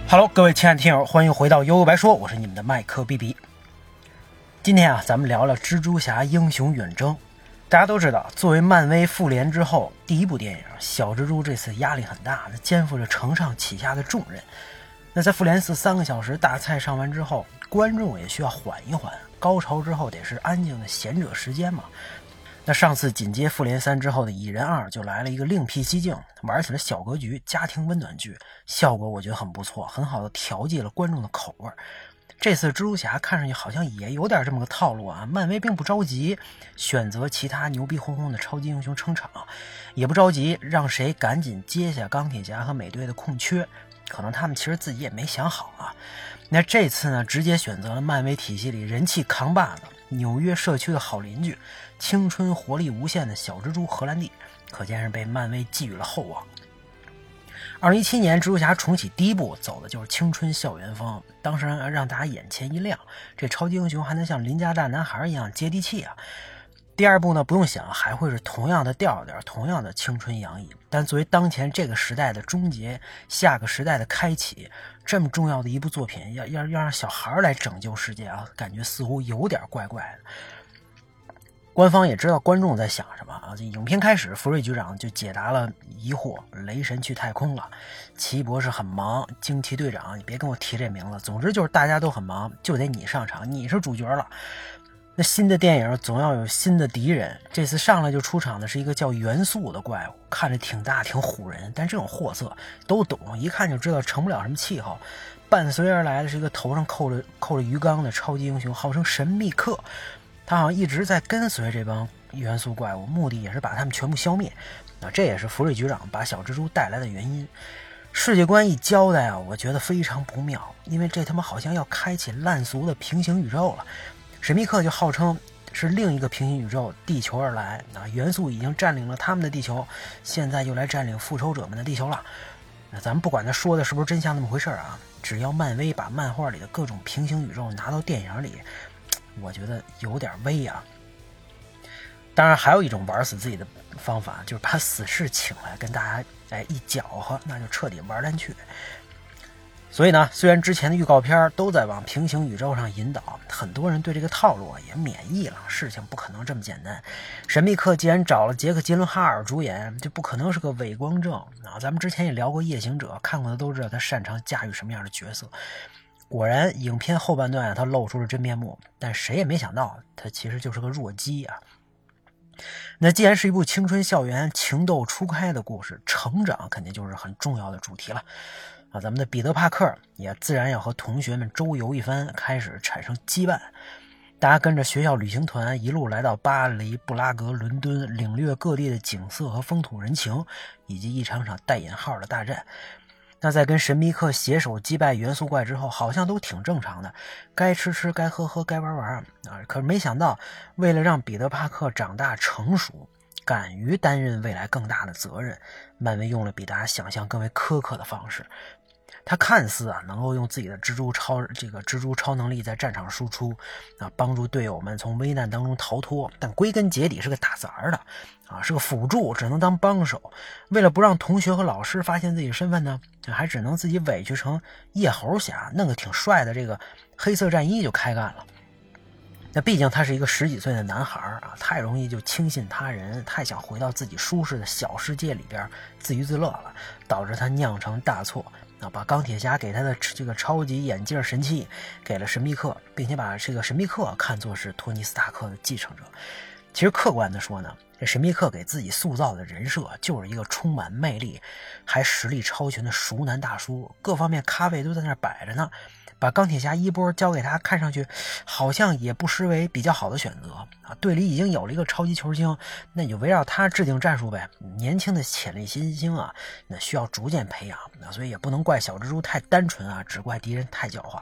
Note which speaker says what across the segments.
Speaker 1: Hello， 各位亲爱的听友，欢迎回到悠悠白说，我是你们的麦克 BB。今天啊，咱们聊聊蜘蛛侠英雄远征。大家都知道，作为漫威复联之后第一部电影，小蜘蛛这次压力很大，肩负着承上启下的重任。那在复联4 3个小时大菜上完之后，观众也需要缓一缓，高潮之后得是安静的贤者时间嘛。那上次紧接复联3之后的蚁人2就来了一个另辟蹊径，玩起了小格局家庭温暖剧，效果我觉得很不错，很好的调剂了观众的口味。这次蜘蛛侠看上去好像也有点这么个套路啊，漫威并不着急选择其他牛逼哄哄的超级英雄撑场，也不着急让谁赶紧接下钢铁侠和美队的空缺，可能他们其实自己也没想好啊。那这次呢，直接选择了漫威体系里人气扛把子纽约社区的好邻居，青春活力无限的小蜘蛛荷兰弟，可见是被漫威寄予了厚望。2017年蜘蛛侠重启第一部走的就是青春校园风，当时让大家眼前一亮，这超级英雄还能像邻家大男孩一样接地气啊。第二部呢，不用想，还会是同样的调调，同样的青春洋溢，但作为当前这个时代的终结，下个时代的开启，这么重要的一部作品要让小孩来拯救世界啊，感觉似乎有点怪怪的。官方也知道观众在想什么啊！这影片开始，福瑞局长就解答了疑惑：雷神去太空了，奇异博士很忙，惊奇队长你别跟我提这名字，总之就是大家都很忙，就得你上场，你是主角了。那新的电影总要有新的敌人，这次上来就出场的是一个叫元素的怪物，看着挺大挺唬人，但这种货色都懂，一看就知道成不了什么气候。伴随而来的是一个头上扣着鱼缸的超级英雄，号称神秘客。他好像一直在跟随这帮元素怪物，目的也是把他们全部消灭。这也是福瑞局长把小蜘蛛带来的原因。世界观一交代啊，我觉得非常不妙，因为这他妈好像要开启烂俗的平行宇宙了。神秘客就号称是另一个平行宇宙地球而来，元素已经占领了他们的地球，现在又来占领复仇者们的地球了。那咱们不管他说的是不是真相那么回事啊，只要漫威把漫画里的各种平行宇宙拿到电影里，我觉得有点危啊。当然还有一种玩死自己的方法，就是把死侍请来跟大家一搅和，那就彻底玩烂去。所以呢，虽然之前的预告片都在往平行宇宙上引导，很多人对这个套路也免疫了，事情不可能这么简单。神秘客既然找了杰克·吉伦哈尔主演，就不可能是个伪光正啊。咱们之前也聊过夜行者，看过的都知道他擅长驾驭什么样的角色。果然影片后半段他露出了真面目，但谁也没想到他其实就是个弱鸡啊。那既然是一部青春校园情窦初开的故事，成长肯定就是很重要的主题了啊。咱们的彼得·帕克也自然要和同学们周游一番，开始产生羁绊。大家跟着学校旅行团一路来到巴黎、布拉格、伦敦，领略各地的景色和风土人情，以及一场场带引号的大战。那在跟神秘客携手击败元素怪之后，好像都挺正常的，该吃吃，该喝喝，该玩玩啊。可是没想到，为了让彼得·帕克长大成熟，敢于担任未来更大的责任，漫威用了比大家想象更为苛刻的方式。他看似能够用自己的蜘蛛超能力在战场输出帮助队友们从危难当中逃脱，但归根结底是个打杂的是个辅助，只能当帮手。为了不让同学和老师发现自己身份呢，还只能自己委屈成夜猴侠，弄个挺帅的这个黑色战衣就开干了。那毕竟他是一个10几岁的男孩太容易就轻信他人，太想回到自己舒适的小世界里边自娱自乐了，导致他酿成大错把钢铁侠给他的这个超级眼镜神器给了神秘客，并且把这个神秘客看作是托尼斯塔克的继承者。其实客观的说呢，这神秘客给自己塑造的人设就是一个充满魅力还实力超群的熟男大叔，各方面咖位都在那摆着呢。把钢铁侠一波交给他，看上去好像也不失为比较好的选择队里已经有了一个超级球星，那你就围绕他制定战术呗。年轻的潜力新星那需要逐渐培养所以也不能怪小蜘蛛太单纯只怪敌人太狡猾。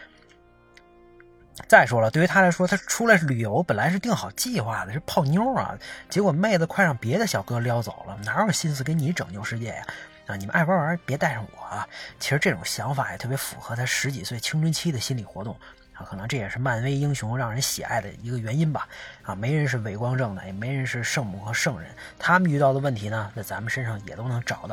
Speaker 1: 再说了，对于他来说，他出来旅游本来是定好计划的，是泡妞结果妹子快让别的小哥撩走了，哪有心思给你拯救世界呀？你们爱玩玩，别带上我其实这种想法也特别符合他10几岁青春期的心理活动可能这也是漫威英雄让人喜爱的一个原因吧没人是伪光正的，也没人是圣母和圣人，他们遇到的问题呢，在咱们身上也都能找到。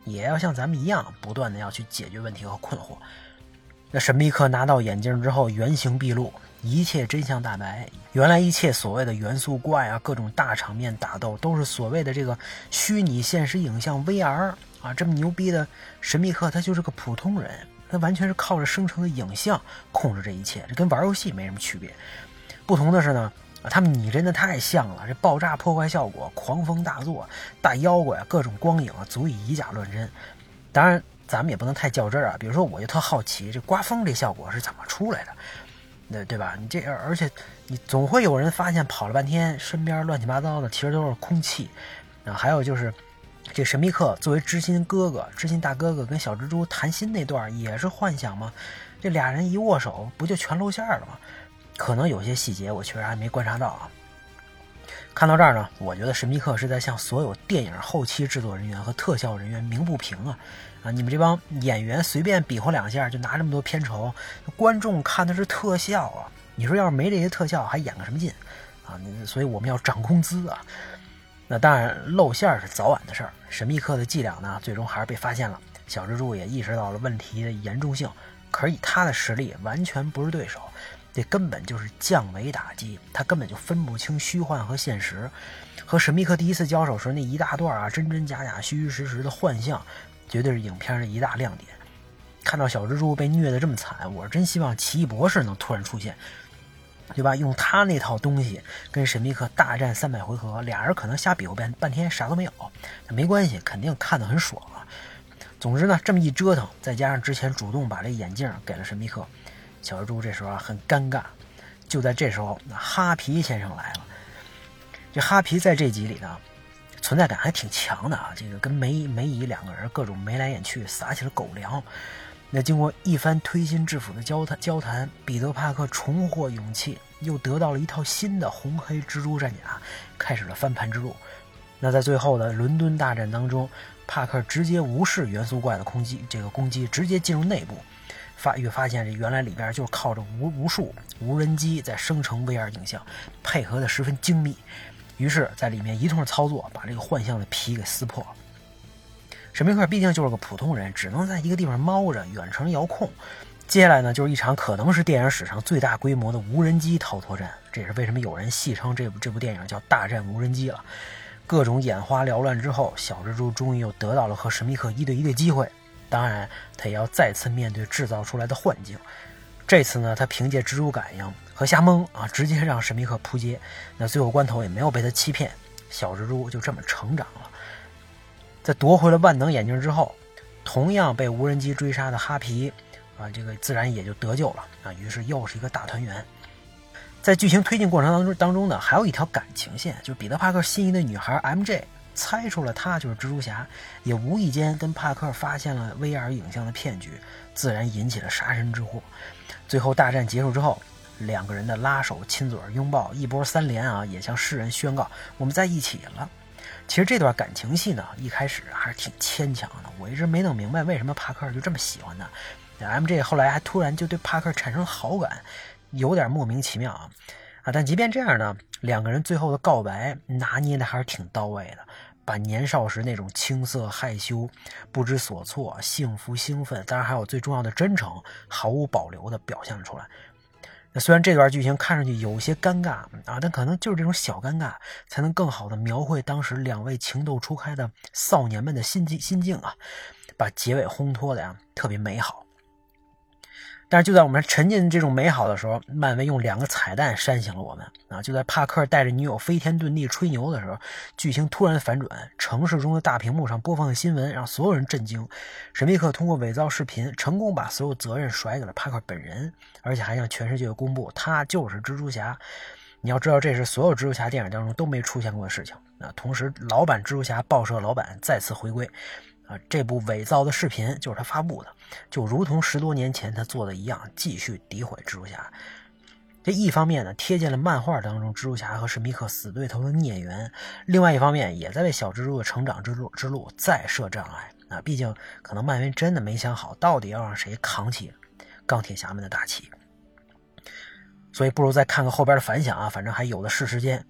Speaker 1: 也要像咱们一样，不断的要去解决问题和困惑。那神秘客拿到眼镜之后，原形毕露，一切真相大白。原来一切所谓的元素怪啊，各种大场面打斗，都是所谓的这个虚拟现实影像 VR 啊。这么牛逼的神秘客，他就是个普通人，他完全是靠着生成的影像控制这一切，这跟玩游戏没什么区别。不同的是呢，他们拟真的太像了，这爆炸破坏效果、狂风大作、大妖怪、各种光影啊，足以以假乱真。当然咱们也不能太较真啊，比如说我就特好奇这刮风这效果是怎么出来的，对吧？你这而且你总会有人发现跑了半天身边乱七八糟的其实都是空气啊。还有就是这神秘客作为知心大哥哥跟小蜘蛛谈心那段也是幻想吗？这俩人一握手不就全露馅了吗？可能有些细节我确实还没观察到啊。看到这儿呢，我觉得神秘客是在向所有电影后期制作人员和特效人员鸣不平啊！你们这帮演员随便比划两下就拿这么多片酬，观众看的是特效啊！你说要是没这些特效还演个什么劲啊？所以我们要涨工资啊！那当然露馅是早晚的事儿，神秘客的伎俩呢最终还是被发现了，小蜘蛛也意识到了问题的严重性，可是以他的实力完全不是对手。这根本就是降维打击，他根本就分不清虚幻和现实。和神秘客第一次交手时那一大段啊，真真假假、虚虚实实的幻象，绝对是影片的一大亮点。看到小蜘蛛被虐得这么惨，我是真希望奇异博士能突然出现，对吧？用他那套东西跟神秘客大战300回合，俩人可能瞎比划半天啥都没有，没关系，肯定看得很爽啊。总之呢，这么一折腾，再加上之前主动把这眼镜给了神秘客，小蜘蛛这时候很尴尬。就在这时候，哈皮先生来了。这哈皮在这集里呢，存在感还挺强的啊。这个跟梅姨两个人各种眉来眼去，撒起了狗粮。那经过一番推心置腹的交谈，彼得·帕克重获勇气，又得到了一套新的红黑蜘蛛战甲，开始了翻盘之路。那在最后的伦敦大战当中，帕克直接无视元素怪的攻击，直接进入内部。发现这原来里边就是靠着无数无人机在生成 VR 影像，配合的十分精密。于是在里面一通操作，把这个幻象的皮给撕破。神秘客毕竟就是个普通人，只能在一个地方猫着远程遥控。接下来呢，就是一场可能是电影史上最大规模的无人机逃脱战。这也是为什么有人戏称这部电影叫大战无人机了。各种眼花缭乱之后，小蜘蛛终于又得到了和神秘客1对1的机会。当然他也要再次面对制造出来的幻境。这次呢，他凭借蜘蛛感应和瞎蒙啊，直接让神秘客扑街。那最后关头也没有被他欺骗，小蜘蛛就这么成长了。在夺回了万能眼镜之后，同样被无人机追杀的哈皮啊，这个自然也就得救了啊。于是又是一个大团圆。在剧情推进过程当中呢，还有一条感情线，就是彼得·帕克心仪的女孩 MJ。猜出了他就是蜘蛛侠，也无意间跟帕克发现了 VR 影像的骗局，自然引起了杀身之祸。最后大战结束之后，两个人的拉手、亲嘴、拥抱，一波3连啊，也向世人宣告我们在一起了。其实这段感情戏呢，一开始还是挺牵强的，我一直没弄明白为什么帕克就这么喜欢他。MJ 后来还突然就对帕克产生好感，有点莫名其妙啊。但即便这样呢，两个人最后的告白拿捏的还是挺到位的，把年少时那种青涩、害羞、不知所措、幸福、兴奋，当然还有最重要的真诚，毫无保留的表现了出来。那虽然这段剧情看上去有些尴尬啊，但可能就是这种小尴尬，才能更好的描绘当时两位情窦初开的少年们的心境啊，把结尾烘托的呀特别美好。但是就在我们沉浸这种美好的时候，漫威用2个彩蛋煽醒了我们啊！就在帕克带着女友飞天遁地吹牛的时候，剧情突然反转，城市中的大屏幕上播放的新闻让所有人震惊。神秘客通过伪造视频，成功把所有责任甩给了帕克本人，而且还向全世界公布他就是蜘蛛侠。你要知道，这是所有蜘蛛侠电影当中都没出现过的事情啊！同时，老版蜘蛛侠报社老板再次回归。这部伪造的视频就是他发布的，就如同10多年前他做的一样，继续诋毁蜘蛛侠。这一方面呢，贴近了漫画当中蜘蛛侠和神秘客死对头的孽缘；另外一方面，也在为小蜘蛛的成长之路再设障碍啊！毕竟，可能漫威真的没想好到底要让谁扛起钢铁侠们的大旗。所以不如再看看后边的反响啊，反正还有的是时间。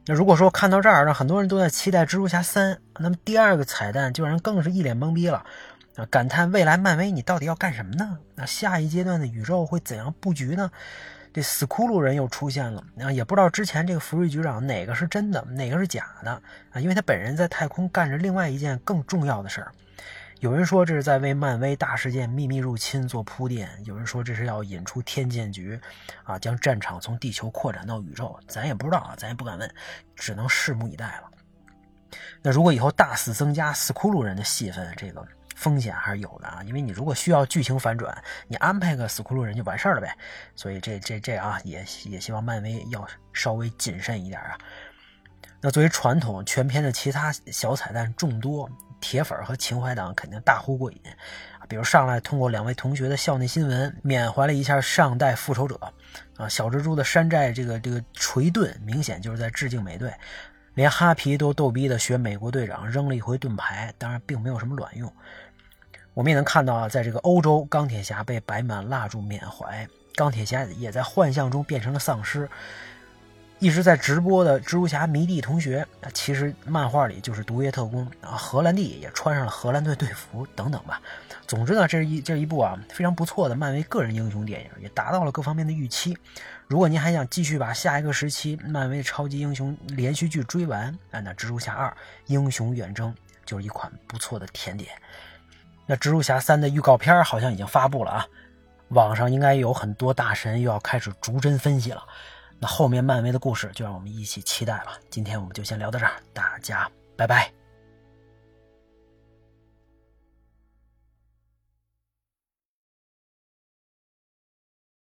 Speaker 1: 那如果说看到这儿呢，很多人都在期待蜘蛛侠3，那么第2个彩蛋就让人更是一脸懵逼了，感叹未来漫威你到底要干什么呢？那下一阶段的宇宙会怎样布局呢？这死骷髅人又出现了，也不知道之前这个福瑞局长哪个是真的，哪个是假的啊？因为他本人在太空干着另外一件更重要的事儿。有人说这是在为漫威大事件秘密入侵做铺垫，有人说这是要引出天剑局啊，将战场从地球扩展到宇宙，咱也不知道啊，咱也不敢问，只能拭目以待了。那如果以后大肆增加死骷髅人的戏份，这个风险还是有的啊，因为你如果需要剧情反转，你安排个死骷髅人就完事儿了呗。所以这啊，也希望漫威要稍微谨慎一点啊。那作为传统，全片的其他小彩蛋众多，铁粉和情怀党肯定大呼过瘾。比如上来通过2位同学的校内新闻，缅怀了一下上代复仇者啊，小蜘蛛的山寨这个锤盾，明显就是在致敬美队。连哈皮都逗逼的学美国队长扔了一回盾牌，当然并没有什么卵用。我们也能看到啊，在这个欧洲，钢铁侠被摆满蜡烛缅怀，钢铁侠也在幻象中变成了丧尸。一直在直播的蜘蛛侠迷弟同学，其实漫画里就是毒液特工啊，荷兰弟也穿上了荷兰队队服等等吧。总之呢，这是一部啊非常不错的漫威个人英雄电影，也达到了各方面的预期。如果您还想继续把下一个时期漫威超级英雄连续剧追完，那蜘蛛侠2英雄远征就是一款不错的甜点。那蜘蛛侠3的预告片好像已经发布了啊，网上应该有很多大神又要开始逐帧分析了。那后面漫威的故事就让我们一起期待吧。今天我们就先聊到这儿，大家拜拜。